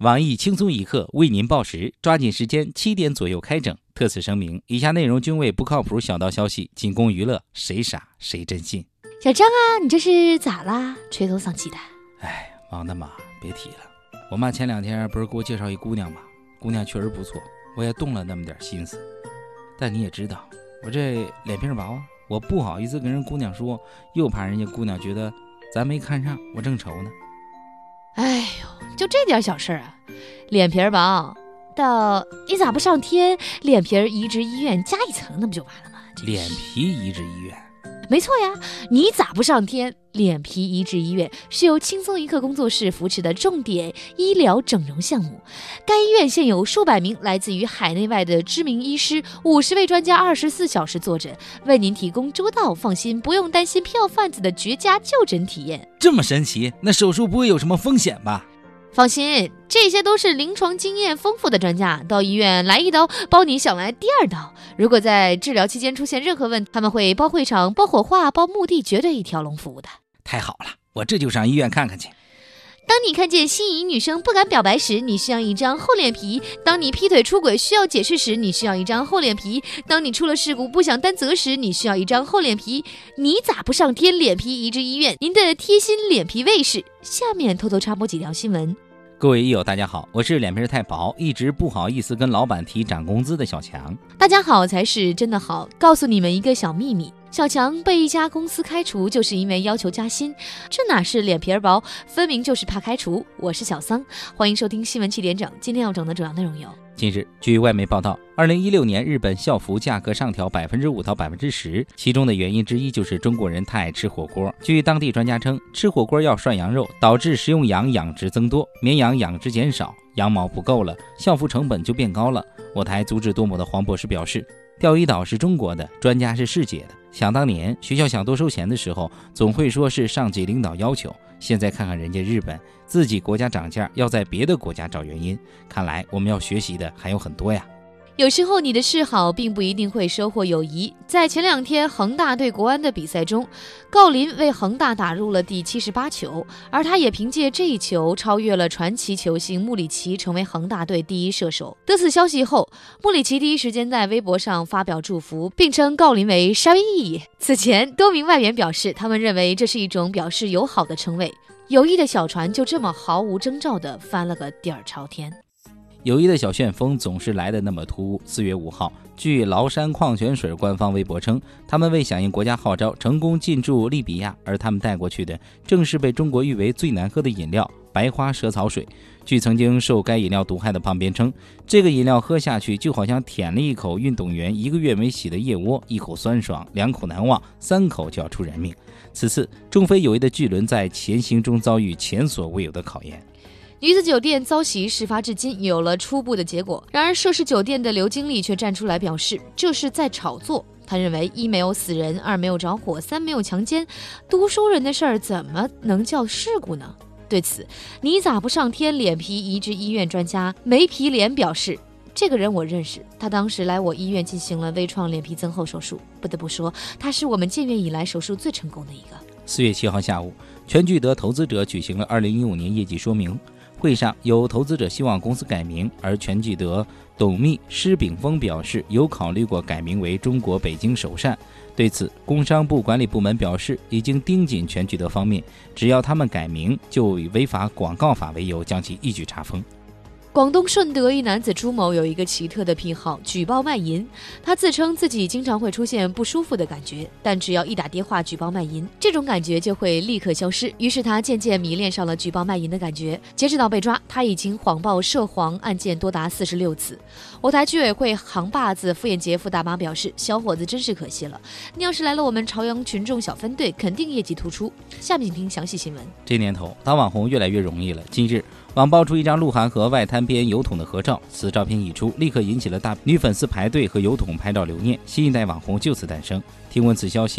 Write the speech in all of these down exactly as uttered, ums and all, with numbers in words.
网易轻松一刻为您报时，抓紧时间，七点左右开整。特此声明，以下内容均为不靠谱小道消息，仅供娱乐，谁傻谁真信。 小张啊，你这是咋啦？垂头丧气的。 哎，忙的嘛，别提了。我妈前两天不是给我介绍一姑娘吗？姑娘确实不错，我也动了那么点心思。但你也知道，我这脸皮薄啊，我不好意思跟人姑娘说，又怕人家姑娘觉得咱没看上，我正愁呢。 哎呦，就这点小事啊，脸皮薄到你咋不上天脸皮移植医院加一层，那不就完了吗？ 脸皮移植医院， 没错呀，你咋不上天脸皮移植医院是由轻松一刻工作室扶持的重点医疗整容项目。该医院现有数百名来自于海内外的知名医师，五十位专家二十四小时坐诊，为您提供周到、放心、不用担心票贩子的绝佳就诊体验。 这么神奇，那手术不会有什么风险吧？ 放心，这些都是临床经验丰富的专家，到医院来一刀，包你想来第二刀。如果在治疗期间出现任何问题，他们会包会场、包火化、包墓地，绝对一条龙服务的。 太好了，我这就上医院看看去。 当你看见心仪女生不敢表白时，你需要一张厚脸皮；当你劈腿出轨需要解释时，你需要一张厚脸皮；当你出了事故不想担责时，你需要一张厚脸皮。你咋不上天脸皮移植医院？您的贴心脸皮卫士。下面偷偷插播几条新闻。 各位益友大家好，我是脸皮太薄，一直不好意思跟老板提涨工资的小强。 大家好才是真的好，告诉你们一个小秘密，小强被一家公司开除就是因为要求加薪，这哪是脸皮薄，分明就是怕开除。我是小桑，欢迎收听新闻七点整。今天要整的主要内容有： 近日，据外媒报道，二零一六年日本校服价格上调百分之五到百分之十，其中的原因之一就是中国人太爱吃火锅。据当地专家称，吃火锅要涮羊肉，导致食用羊养殖增多，绵羊养殖减少，羊毛不够了，校服成本就变高了。我台足智多谋的黄博士表示，钓鱼岛是中国的，专家是世界的。想当年学校想多收钱的时候，总会说是上级领导要求，现在看看人家日本，自己国家涨价要在别的国家找原因，看来我们要学习的还有很多呀。 有时候你的示好并不一定会收获友谊。在前两天恒大对国安的比赛中，郜林为恒大打入了第七十八球，而他也凭借这一球超越了传奇球星穆里奇，成为恒大队第一射手。得此消息后，穆里奇第一时间在微博上发表祝福，并称郜林为沙威。此前多名外援表示，他们认为这是一种表示友好的称谓。友谊的小船就这么毫无征兆地翻了个底儿朝天。 友谊的小旋风总是来得那么突兀。四月五号，据崂山矿泉水官方微博称，他们为响应国家号召成功进驻利比亚，而他们带过去的正是被中国誉为最难喝的饮料白花蛇草水。据曾经受该饮料毒害的旁边称，这个饮料喝下去就好像舔了一口运动员一个月没洗的腋窝，一口酸爽，两口难忘，三口就要出人命。此次中非友谊的巨轮在前行中遭遇前所未有的考验。 女子酒店遭袭事发至今有了初步的结果，然而涉事酒店的刘经理却站出来表示，这是在炒作。他认为一没有死人，二没有着火，三没有强奸，读书人的事儿怎么能叫事故呢？对此，你咋不上天脸皮移植医院专家梅皮脸表示，这个人我认识，他当时来我医院进行了微创脸皮增厚手术，不得不说，他是我们建院以来手术最成功的一个。 四月七号下午，全聚德投资者举行了二零一五年业绩说明会上，有投资者希望公司改名，而全聚德董秘施炳峰表示有考虑过改名为中国北京首善。对此，工商部管理部门表示已经盯紧全聚德方面，只要他们改名，就以违法广告法为由将其一举查封。 广东顺德一男子朱某有一个奇特的癖好，举报卖淫。他自称自己经常会出现不舒服的感觉，但只要一打电话举报卖淫，这种感觉就会立刻消失。于是他渐渐迷恋上了举报卖淫的感觉。截止到被抓，他已经谎报涉黄案件多达四十六次。我台居委会行把子傅艳杰傅大妈表示，小伙子真是可惜了，你要是来了我们朝阳群众小分队，肯定业绩突出。下面请听详细新闻。 这年头当网红越来越容易了。近日网爆出一张鹿晗和外滩边油桶的合照，此照片一出，立刻引起了大女粉丝排队和油桶拍照留念，新一代网红就此诞生。听闻此消息，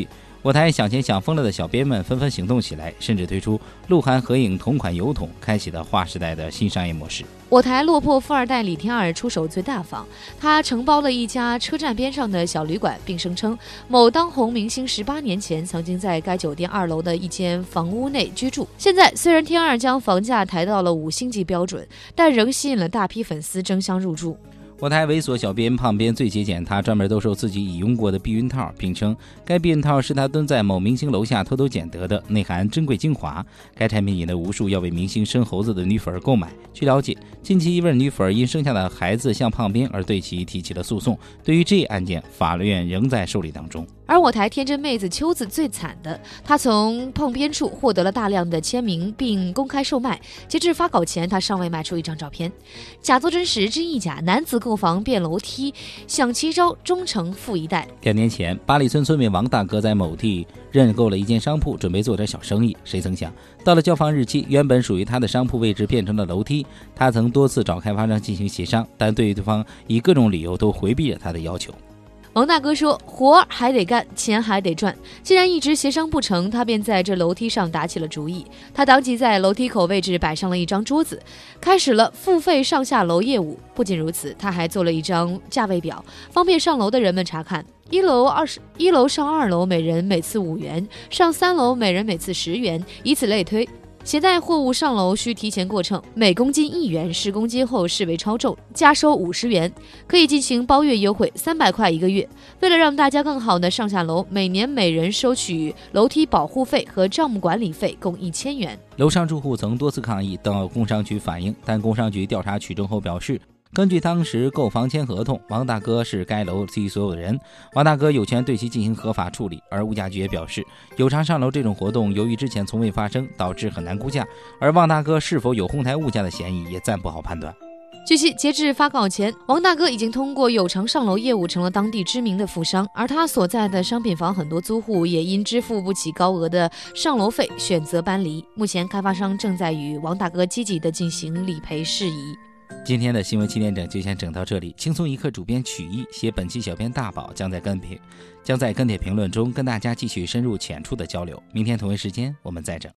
我台想钱想疯了的小编们纷纷行动起来，甚至推出鹿晗合影同款油桶，开启了划时代的新商业模式。 我台落魄富二代李天二出手最大方，他承包了一家车站边上的小旅馆，并声称某当红明星十八年前曾经在该酒店二楼的一间房屋内居住。现在虽然天二将房价抬到了五星级标准，但仍吸引了大批粉丝争相入住。 我台猥琐小编胖编最节俭，他专门兜售自己已用过的避孕套，并称该避孕套是他蹲在某明星楼下偷偷捡得的，内含珍贵精华。该产品引得无数要为明星生猴子的女粉购买。据了解，近期一位女粉因生下的孩子像胖编而对其提起了诉讼。对于这一案件，法院仍在受理当中。 而我台天真妹子秋子最惨的，她从碰边处获得了大量的签名并公开售卖。截至发稿前，她尚未卖出一张照片。假作真实真亦假，男子购房变楼梯，想奇招终成富一代。 两年前，八里村村民王大哥在某地认购了一间商铺，准备做点小生意。谁曾想，到了交房日期，原本属于他的商铺位置变成了楼梯。他曾多次找开发商进行协商，但对方以各种理由都回避了他的要求。 王大哥说，活还得干，钱还得赚，既然一直协商不成，他便在这楼梯上打起了主意。他当即在楼梯口位置摆上了一张桌子，开始了付费上下楼业务。不仅如此，他还做了一张价位表，方便上楼的人们查看。一楼二十一楼上二楼每人每次五元，上三楼每人每次十元，以此类推。携带货物上楼需提前过秤，每公斤一元，十公斤后视为超重，加收五十元，可以进行包月优惠，三百块一个月。为了让大家更好的上下楼，每年每人收取楼梯保护费和账目管理费共一千元。 楼上住户曾多次抗议到工商局反映，但工商局调查取证后表示，根据当时购房签合同，王大哥是该楼梯所有的人，王大哥有权对其进行合法处理。而物价局也表示，有偿上楼这种活动由于之前从未发生，导致很难估价，而王大哥是否有哄抬物价的嫌疑也暂不好判断。 据悉，截至发稿前，王大哥已经通过有偿上楼业务成了当地知名的富商，而他所在的商品房很多租户也因支付不起高额的上楼费选择搬离。目前开发商正在与王大哥积极地进行理赔事宜。 今天的新闻七点整就先整到这里。轻松一刻主编曲艺写本期小编大宝将在跟帖将在跟帖评论中跟大家继续深入浅出的交流。明天同一时间我们再整。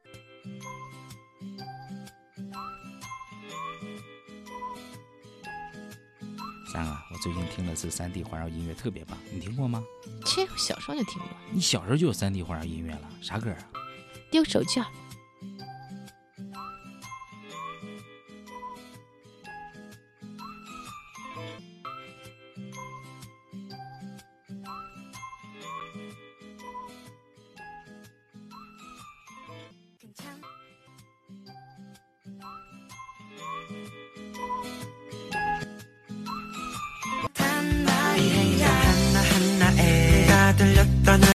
三啊，我最近听了次 三 D 环绕音乐，特别棒，你听过吗？ 切，小时候就听过。 你小时候就有 三 D 环绕音乐了？啥歌啊？ 丢手绢。